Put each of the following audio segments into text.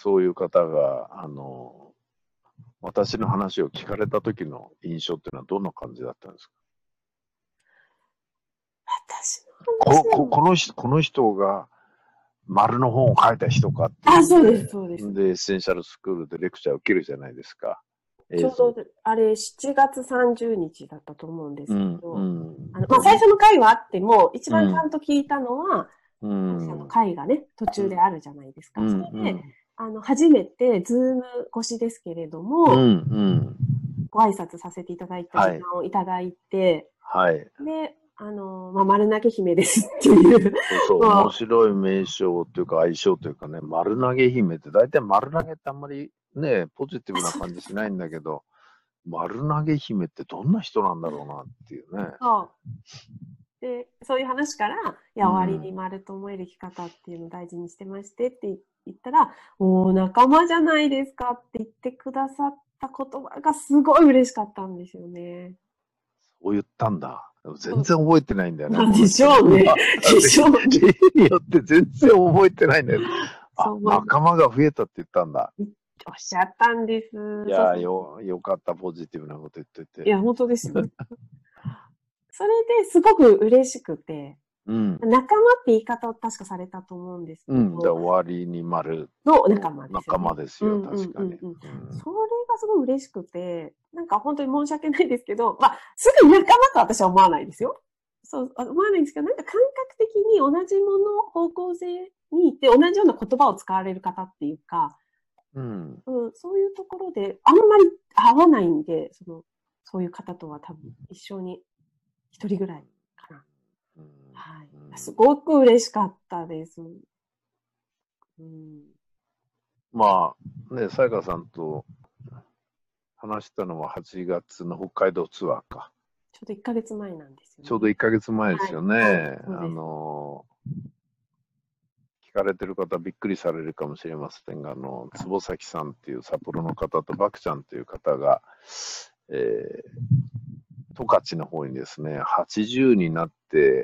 そういう方が、私の話を聞かれた時の印象っていうのはどんな感じだったんですか？ 私の話この人が丸の本を書いた人かってあ、そういうです、そうです。 で、エッセンシャルスクールでレクチャーを受けるじゃないですか。 ちょうど、あれ、7月30日だったと思うんですけど、最初の回はあっても、一番ちゃんと聞いたのは、回がね、途中であるじゃないですか。それで、初めて、ズーム越しですけれども、ご挨拶させていただいた時間をいただいて、で、丸投げ姫ですっていう。 そう、面白い名称というか相性というかね、丸投げ姫って、大体丸投げってあんまりね、ポジティブな感じしないんだけど、丸投げ姫ってどんな人なんだろうなっていうね。 で、そういう話から、終わりに丸と思える生き方っていうのを大事にしてましてって言ったら、仲間じゃないですかって言ってくださった言葉がすごい嬉しかったんですよね。 そう言ったんだ。全然覚えてないんだよね。 でしょうね。でしょうね。 例によって全然覚えてないんだよ。仲間が増えたって言ったんだ。 おっしゃったんです。 いや、よかった、ポジティブなこと言ってて。 いや、本当ですよ。それですごく嬉しくて、仲間って言い方を確かされたと思うんですけど、 終わりに丸の仲間ですよね。 仲間ですよ、確かに。 それがすごい嬉しくて、なんか本当に申し訳ないですけど、すぐ仲間と私は思わないですよ。そう、思わないんですけど、なんか感覚的に同じもの方向性にいて、同じような言葉を使われる方っていうか、そういうところであんまり合わないんで、そういう方とは多分一緒に一人ぐらいかな。はい。すごく嬉しかったです。 まあ、ね、さやかさんと話したのは8月の北海道ツアーか。 ちょうど1ヶ月前なんですよね。 ちょうど1ヶ月前ですよね。聞かれてる方びっくりされるかもしれませんが、坪崎さんっていう札幌の方とバクちゃんという方が、十勝の方にですね、80になって、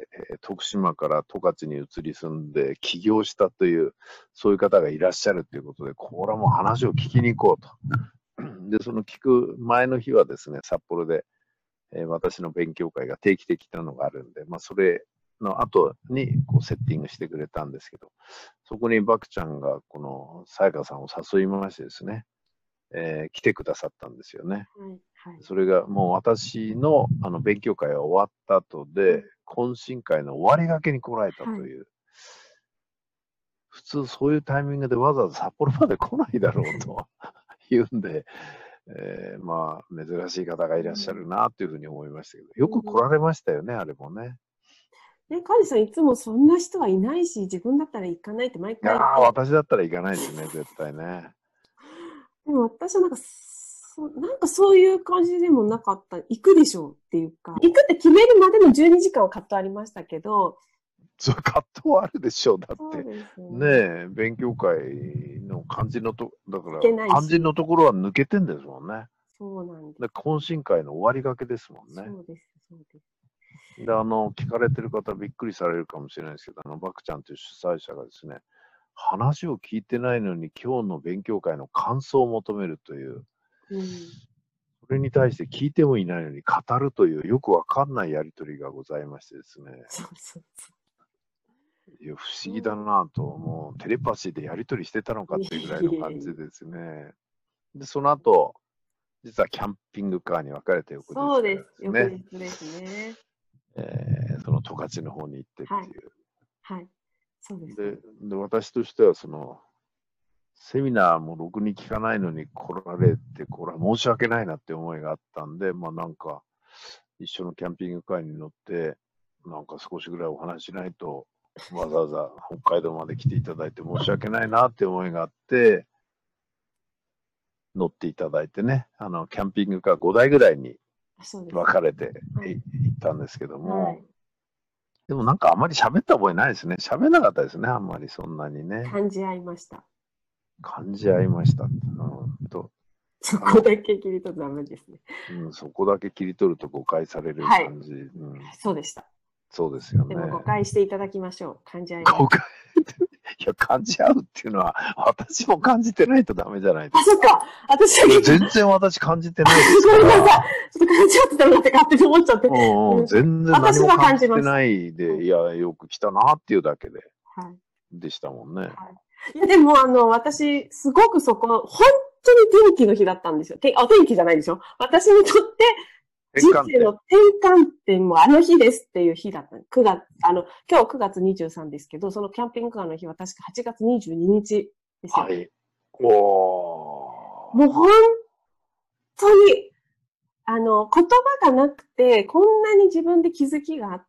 徳島から十勝に移り住んで起業したという、そういう方がいらっしゃるということで、これはもう話を聞きに行こうと。で、その聞く前の日はですね、札幌で、私の勉強会が定期的なのがあるんで、それの後にこうセッティングしてくれたんですけど、そこにバクちゃんがこのさやかさんを誘いましてですね、来てくださったんですよね。それがもう私の勉強会が終わった後で、懇親会の終わりがけに来られたという、普通そういうタイミングでわざわざ札幌まで来ないだろうと言うんで、珍しい方がいらっしゃるなというふうに思いましたけど、よく来られましたよね、あれもね。 カジさんいつもそんな人はいないし、自分だったら行かないって毎回。 私だったら行かないですね、絶対ね。 でも私はなんかそういう感じでもなかった。行くでしょうっていうか。行くって決めるまでの12時間はカットありましたけど。 そう、カットはあるでしょう。だって。ね、勉強会の肝心のだから、肝心のところは抜けてんですもんね。 そうなんです。 で、懇親会の終わりがけですもんね。 そうです、そうです。 で、聞かれてる方びっくりされるかもしれないですけど、バクちゃんという主催者がですね、話を聞いてないのに今日の勉強会の感想を求めるという、それに対して聞いてもいないのに語るというよくわかんないやりとりがございましてですね。いや不思議だなと、もうテレパシーでやりとりしてたのかっていうぐらいの感じですね。で、その後、実はキャンピングカーに分かれて翌日からですね。 そうです。翌日ですね。 その十勝の方に行ってっていう。 はい。そうです。 で、私としてはセミナーもろくに聞かないのに来られて、これは申し訳ないなって思いがあったんで、なんか、一緒のキャンピングカーに乗って、なんか少しぐらいお話しないと、わざわざ北海道まで来ていただいて申し訳ないなって思いがあって、乗っていただいてね、キャンピングカー5台ぐらいに分かれて行ったんですけども、でもなんかあんまり喋った覚えないですね。喋んなかったですね、あんまりそんなにね。 感じ合いました。 感じ合いました。 そこだけ切り取るとダメですね。 そこだけ切り取ると誤解される感じ。 そうでした。 そうですよね。 でも誤解していただきましょう。感じ合いましょう。 誤解いや、感じ合うっていうのは、私も感じてないとダメじゃないであ、 すか。 そっか。私だいや、 け。 全然私感じてないですかごめんなさい。 ら。 ちょっと感じ合ってたなって勝手に思っちゃって。 うんうん、全然何私はも感感じました。 じてないで、いや、よく来たなっていうだけで、 はい。 でしたもんね。 はい。いや、でも、私、すごくそこ、本当に天気の日だったんですよ。天気じゃないでしょ。私にとって、人転換点。 生の転換点もあの日ですっていう日だった。9月、今日9月23ですけど、そのキャンピングカーの日は確か8月22日ですよ。 はい。おー。 もう本当に、言葉がなくて、こんなに自分で気づきがあって、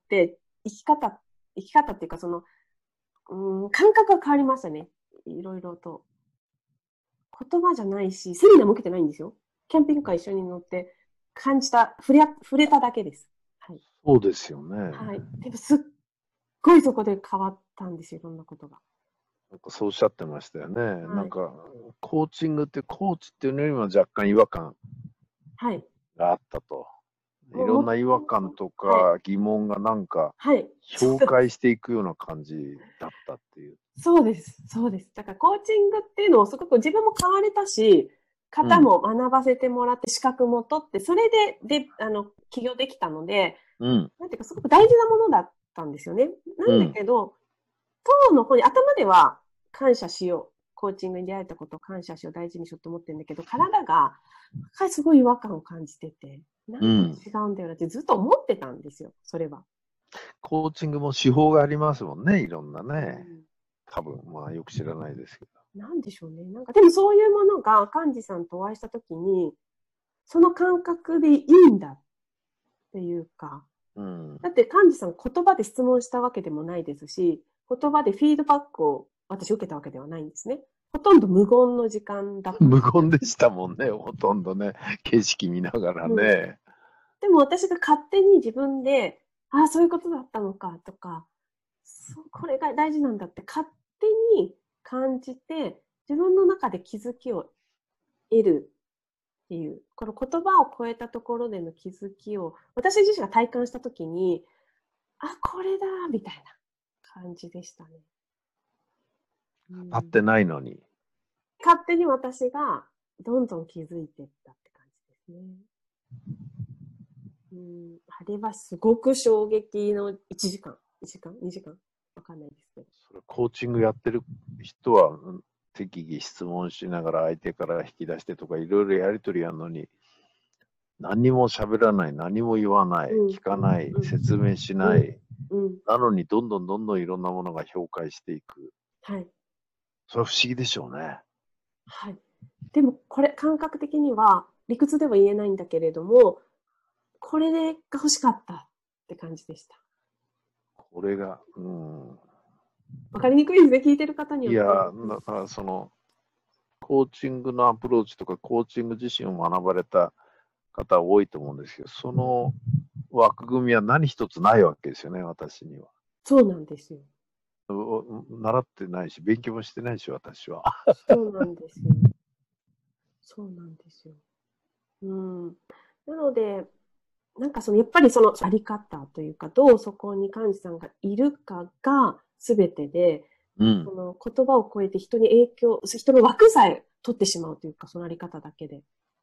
生き方っていうか、感覚が変わりましたね。いろいろと。言葉じゃないし、セミナーも受けてないんですよ。キャンピングカー一緒に乗って感じた、触れただけです。はい。 そうですよね。 はい。でもすっごいそこで変わったんですよ、いろんなことが。 なんかそうおっしゃってましたよね。なはい。 んか、コーチングってコーチっていうのよりも若干違和感はい。 があったと。いもう、もろんな違和ともと、 感とはい。 か疑問がなんかはい。 氷解していくような感じだったっていう。 そうです。そうです。だからコーチングっていうのをすごく自分も変われたし、 うん。 方も学ばせてもらって資格も取って、それで、起業できたので、 うん。 なんていうかすごく大事なものだったんですよね。なんだうん。 けど、当の方に頭では感謝しよう。コーチングに出会えたことを感謝しよう、大事にしようと思ってるんだけど、体がすごい違和感を感じてて、なんかうん。 違うんだよなってずっと思ってたんですよ、それは。 コーチングも手法がありますもんね。いろんなね。 うん、 多分、まあよく知らないですけど。 なんでしょうね。なんか、でもそういうものが、幹事さんとお会いしたときに、その感覚でいいんだっていうか、 うん。 だって幹事さん言葉で質問したわけでもないですし、言葉でフィードバックを私受けたわけではないんですね。ほとんど無言の時間だったん無ですよ。 言でしたもんね。ほとんどね。景色見ながらうん。 ね。 でも私が勝手に自分で、ああ、そういうことだったのかとか、これが大事なんだって勝手に感じて、自分の中で気づきを得るっていう、この言葉を超えたところでの気づきを、私自身が体感したときに、あ、これだみたいな感じでしたね。うん、 立ってないのに。 勝手に私がどんどん気づいていったって感じですね。うん、あれはすごく衝撃の1時間、1時間、2時間、わかんないですけど。 それコーチングやってる人は、適宜質問しながら相手から引き出してとかいろいろやりとりやるのに、何にも喋らない、何も言わない、 うん、 聞かない、 うん、 説明しうん、 ない。 うん。 なのにどんどんどんどんいろんなものが評価していく。 はい。 それは不思議でしょうね。 はい。でも、これ、感覚的には、理屈では言えないんだけれども、これが欲しかったって感じでした。 これが、うん。 わかりにくいですね。聞いてる方によって。 いや、だからコーチングのアプローチとか、コーチング自身を学ばれた方多いと思うんですけど、その枠組みは何一つないわけですよね、私には。 そうなんですよ。 習ってないし、勉強もしてないし、私は。 そうなんですよ。そうなんですよ。うん。なので、なんかやっぱりそのあり方というか、どうそこに幹事さんがいるかが全てで、 うん。 その言葉を超えて人に影響、人の枠さえ取ってしまうというか、そのあり方だけで。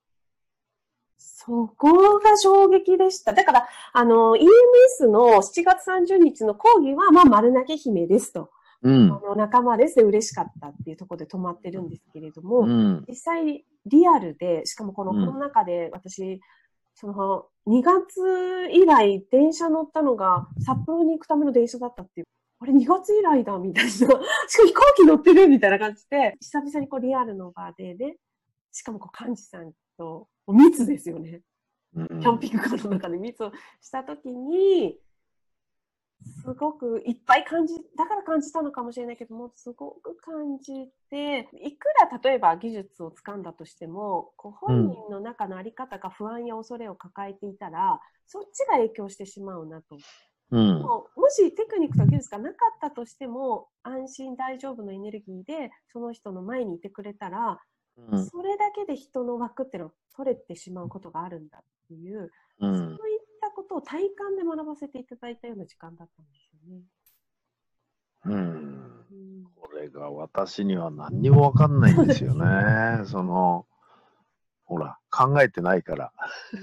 そこが衝撃でした。だから、EMS の7月30日の講義は、まあ、丸投げ姫ですと。 うん。 仲間ですで嬉しかったっていうところで止まってるんですけれども、 うん。 実際リアルで、しかもこのコロうん。 ナ禍で私、その2月以来電車乗ったのが札幌に行くための電車だったっていう、あれ2月以来だみたいな、しかも飛行機乗ってるみたいな感じで、久々にリアルの場でね、しかも幹事さんと密ですよね。 うキャンピん。 ングカーの中で密をしたときに、すごくいっぱいだから感じたのかもしれないけども、すごく感じて、いくら例えば技術をつかんだとしても、本うん。 人の中のあり方が不安や恐れを抱えていたら、そっちが影響してしまうなと。 うん。 もしテクニックと技術がなかったとしても、安心大丈夫のエネルギーでその人の前にいてくれたら、 うん。 それだけで人の枠っていうのを取れてしまうことがあるんだっていう、そううん。 いったことを体感で学ばせていただいたような時間だったんですよね。 うん。 うん、 これが私には何にもわかんないんですよね。ほら、考えてないから。 うん、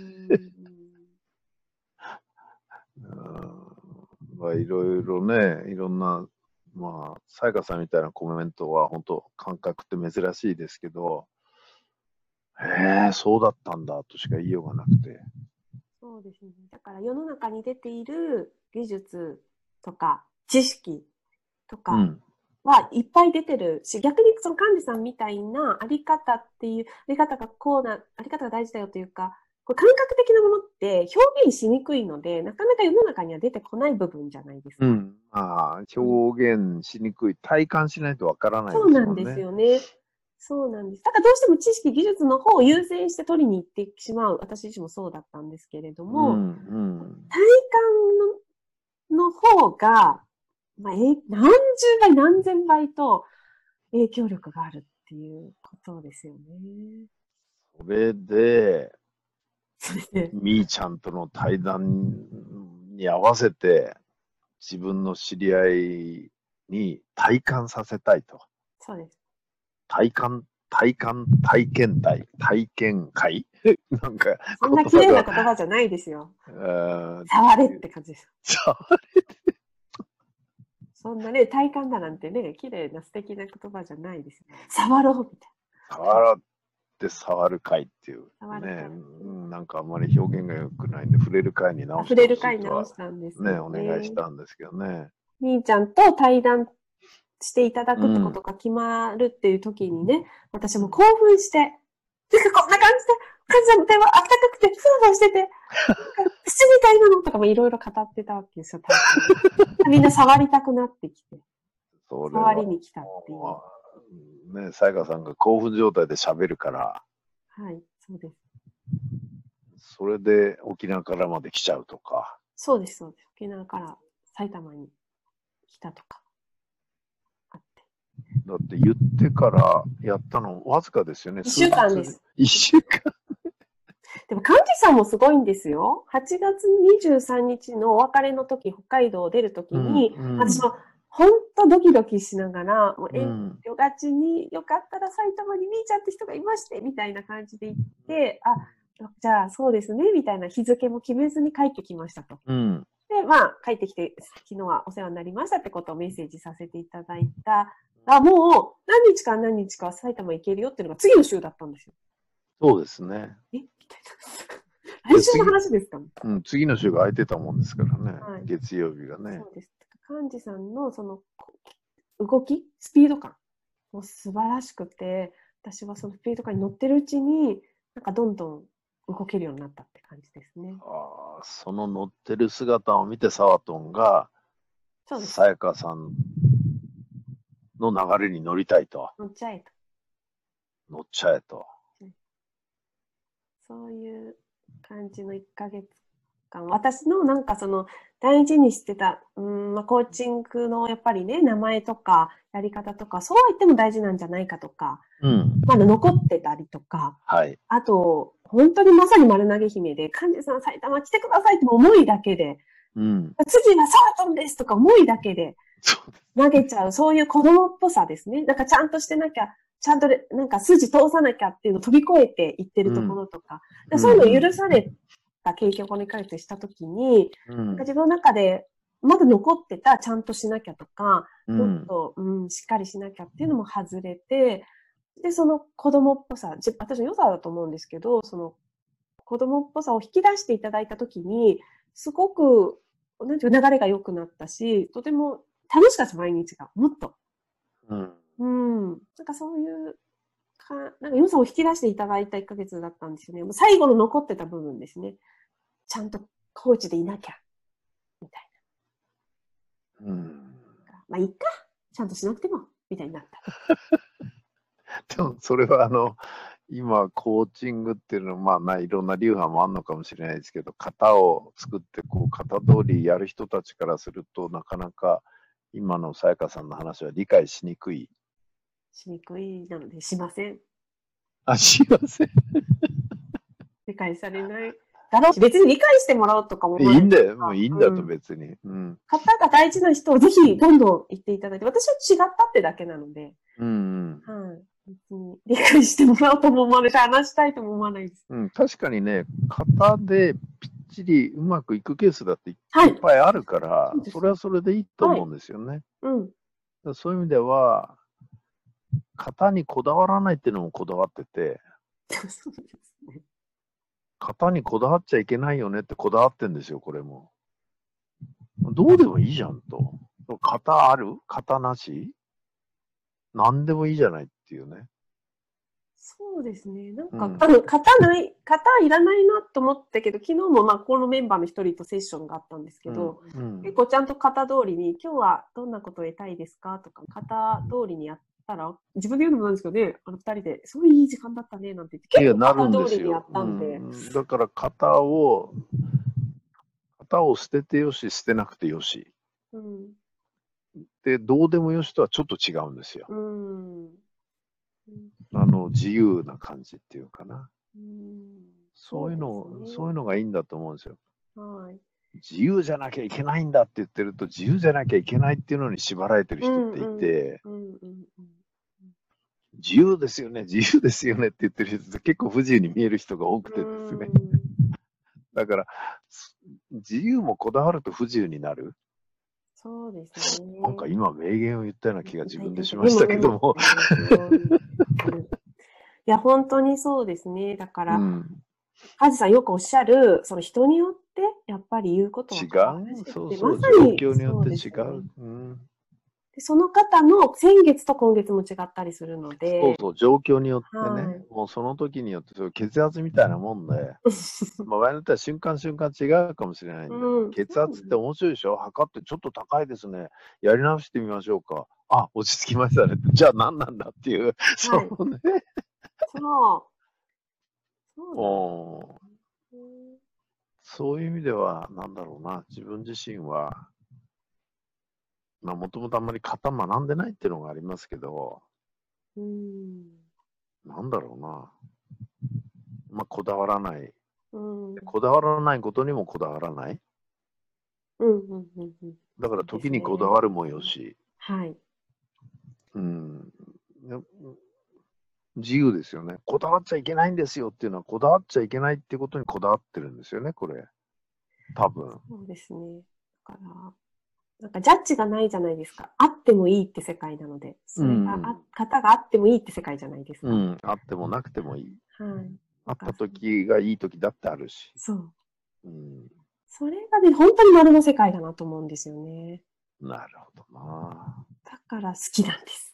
まあいろいろね、いろんな、まあ、さやかさんみたいなコメントは本当感覚って珍しいですけど、へえ、そうだったんだとしか言いようがなくて。 そうですね。だから世の中に出ている技術とか知識とかうん。 はいっぱい出てるし、逆にその幹事さんみたいなあり方っていう、あり方がこうな、あり方が大事だよというか、これ感覚的なものって表現しにくいので、なかなか世の中には出てこない部分じゃないですか。 うん。まあ、 うん、 表現しにくい。体感しないとわからないでそうなんですすもんね。 よね。そうなんです。だからどうしても知識、技術の方を優先して取りに行ってしまう。私自身もそうだったんですけれどうん、 も、 うん。 体感の方が、まあ、何十倍、何千倍と影響力があるっていうことですよね。 それで、 そうですね。 みーちゃんとの対談に合わせて、自分の知り合いに体感させたいと。 そうです。 体験体、体験会なんかそんな綺言葉麗な言葉じゃないですよ。 が、 触れって感じです。 さそんなね、体感だなんてね、綺麗な素敵な言葉じゃないですよ。触ろうみたい触って触る会っていうな。触るね、 会。 なんかあんまり表現が良くないんで、触れる会に直してほ溢れるしいとは会直したんですね、 よお願いしね。 たんですけどね。 みーちゃんと対談していただくってこうん。 とが決まるっていう時にね、私うん。 も興奮して、なんかこんな感じで、感じの電話あったかくて、ふわふわしてて、なんか七みたいなのとかもいろいろ語ってたわけですよ、体感で。みんな触りたくなってきて、 それは触りに来たっていう。 もう、ね、さやかさんが興奮状態で喋るから、 はい、そうです。 それで沖縄からまで来ちゃうとか。 そうです、そうです。沖縄から埼玉に来たとかあって。 だって言ってからやったのわずかですよね。 一週間でで。 す。 一週間。 でも、幹事さんもすごいんですよ。8月23日のお別れの時、北海道を出る時うん、 に、 うん、 私も本当ドキドキしながら、もう遠うん、 慮がちによかったら埼玉にみーちゃんって人がいまして、みたいな感じで行って、じゃあそうですね、みたいな日付も決めずに帰ってきましたと。 うん、 で、まあ、帰ってきて、昨日はお世話になりましたってことをメッセージさせていただいたら、もう何日か何日かは埼玉行けるよっていうのが次の週だったんですよ。 そうですね。 みたいな。来週の話ですかね。 うん、次の週が空いてたもんですからね。 はい。 月曜日がね。 そうです。幹事さんのその動き、スピード感も素晴らしくて、私はそのスピード感に乗ってるうちに、なんかどんどん動けるようになったって感じですね。 その乗ってる姿を見て、サワトンが、 そうです。 さやかさんの流れに乗りたいと。 乗っちゃえと。 乗っちゃえと。 そういう感じの1ヶ月間。私のなんかその大事にしてた、まあ、コーチングのやっぱりね、名前とかやり方とか、そうは言っても大事なんじゃないかとか、 うん。 まだ残ってたりとか、 はい。 あと、本当にまさに丸投げ姫で、幹事さん埼玉来てくださいって思いだけで、 うん。 次はサートンですとか思いだけでそうです。 投げちゃう、そういう子供っぽさですね。なんかちゃんとしてなきゃ、ちゃんとなんか筋通さなきゃっていうのを飛び越えていってるところとか、そういうのを許された経験をこの1ヶ月したときに、なんか自分の中でまだ残ってたちゃんとしなきゃとか、もっと、しっかりしなきゃっていうのも外れて、で、その子供っぽさ、私の良さだと思うんですけど、その子供っぽさを引き出していただいたときに、すごく、なんていう流れが良くなったし、とても楽しかった、毎日が。もっと。なんかそういうなんか良さを引き出していただいた1ヶ月だったんですよね。もう最後の残ってた部分ですね。ちゃんとコーチでいなきゃ、みたいな。まあ、いっか。ちゃんとしなくても、みたいになった。 でも、それは今、コーチングっていうのは、まあ、いろんな流派もあるのかもしれないですけど、型を作って、型通りやる人たちからすると、なかなか今のさやかさんの話は理解しにくい。 しにくいなので、しません。 しません。 理解されない。 だろうし、別に理解してもらおうとかも思わない。 いいんだよ。もういいんだとうん別に。うん。 方が大事な人をぜひどんどん言っていただいて、私は違ったってだけなので、 うんはい。別に理解してもらおうとも思わないし、話したいとも思わないです。 うん。確かにね、型でぴっちりうまくいくケースだっていっはい。 ぱいあるからそうで、すそれはそれでいいと思うんですよね。 うん。 だからそういう意味では、型にこだわらないっていうのもこだわってて、 そうですね。 型にこだわっちゃいけないよねってこだわってんですよ、これも。どうでもいいじゃんと。型ある？型なし？何でもいいじゃないっていうね。 そうですね。なんか、 うん。 型いらないなと思ったけど、昨日もまあ、このメンバーの一人とセッションがあったんですけうん。 ど、 うん結構ちゃんと型通りに、今日はどんなことを得たいですかとか、型通りにやったら、自分で言うのもなんですけどね、二人で、すごいいい時間だったね、なんて言って、 いや、 結構なるん型ですよ。 通りにやったんで、 だから型を捨ててよし、捨てなくてよし。 うん、 で、どうでもよしとはちょっと違うんですよ。 うん、うん、 自由な感じっていうかな。 そうですそういうね。 のがいいんだと思うんですよ。 はい。 自由じゃなきゃいけないんだって言ってると、自由じゃなきゃいけないっていうのに縛られてる人っていて、自由ですよね、自由ですよねって言ってる人って結構不自由に見える人が多くてですね。だから、自由もこだわると不自由になる。 そうですね。 なんか今名言を言ったような気が自分でしましたけども。 いや、本当にそうですね。だかうら、 ん、 カズさんよくおっしゃる、その人によって、やっぱり言うことは違変わるしう、そうって、 そう、 まさ状に況によって違そうですよね。 う。うん、 で、その方の先月と今月も違ったりするのそうで、 そう、状況によってね、 はい。 もうその時によって、そういう血圧みたいなもんで、まあ、場合によっては瞬間瞬間違うかもしれないんで、 うん、 血圧って面白いでしょ？測ってちょっと高いですね。やり直してみましょうか。あ、落ち着きましたね。じゃあ何なんだっていう、 はい。 そうね。 そう。そうなんもう、 ですね。 そういう意味では、なんだろうな、自分自身は、まあ、もともとあんまり型学んでないっていうのがありますけど、なんだろうな、まあ、こだわらない。こだわらないことにもこだわらない。だから時にこだわるもよし、 はい。 うん、自由ですよね。こだわっちゃいけないんですよっていうのは、こだわっちゃいけないってことにこだわってるんですよね、これ。多分。 そうですね。だから、なんかジャッジがないじゃないですか。あってもいいって世界なので。それが、型があってもいいって世界じゃないですか。 うん、あってもなくてもいい。 はい。 あった時がいい時だってあるし。 そう。 うん、 それがね、本当に丸の世界だなと思うんですよね。 なるほどな。 だから好きなんです。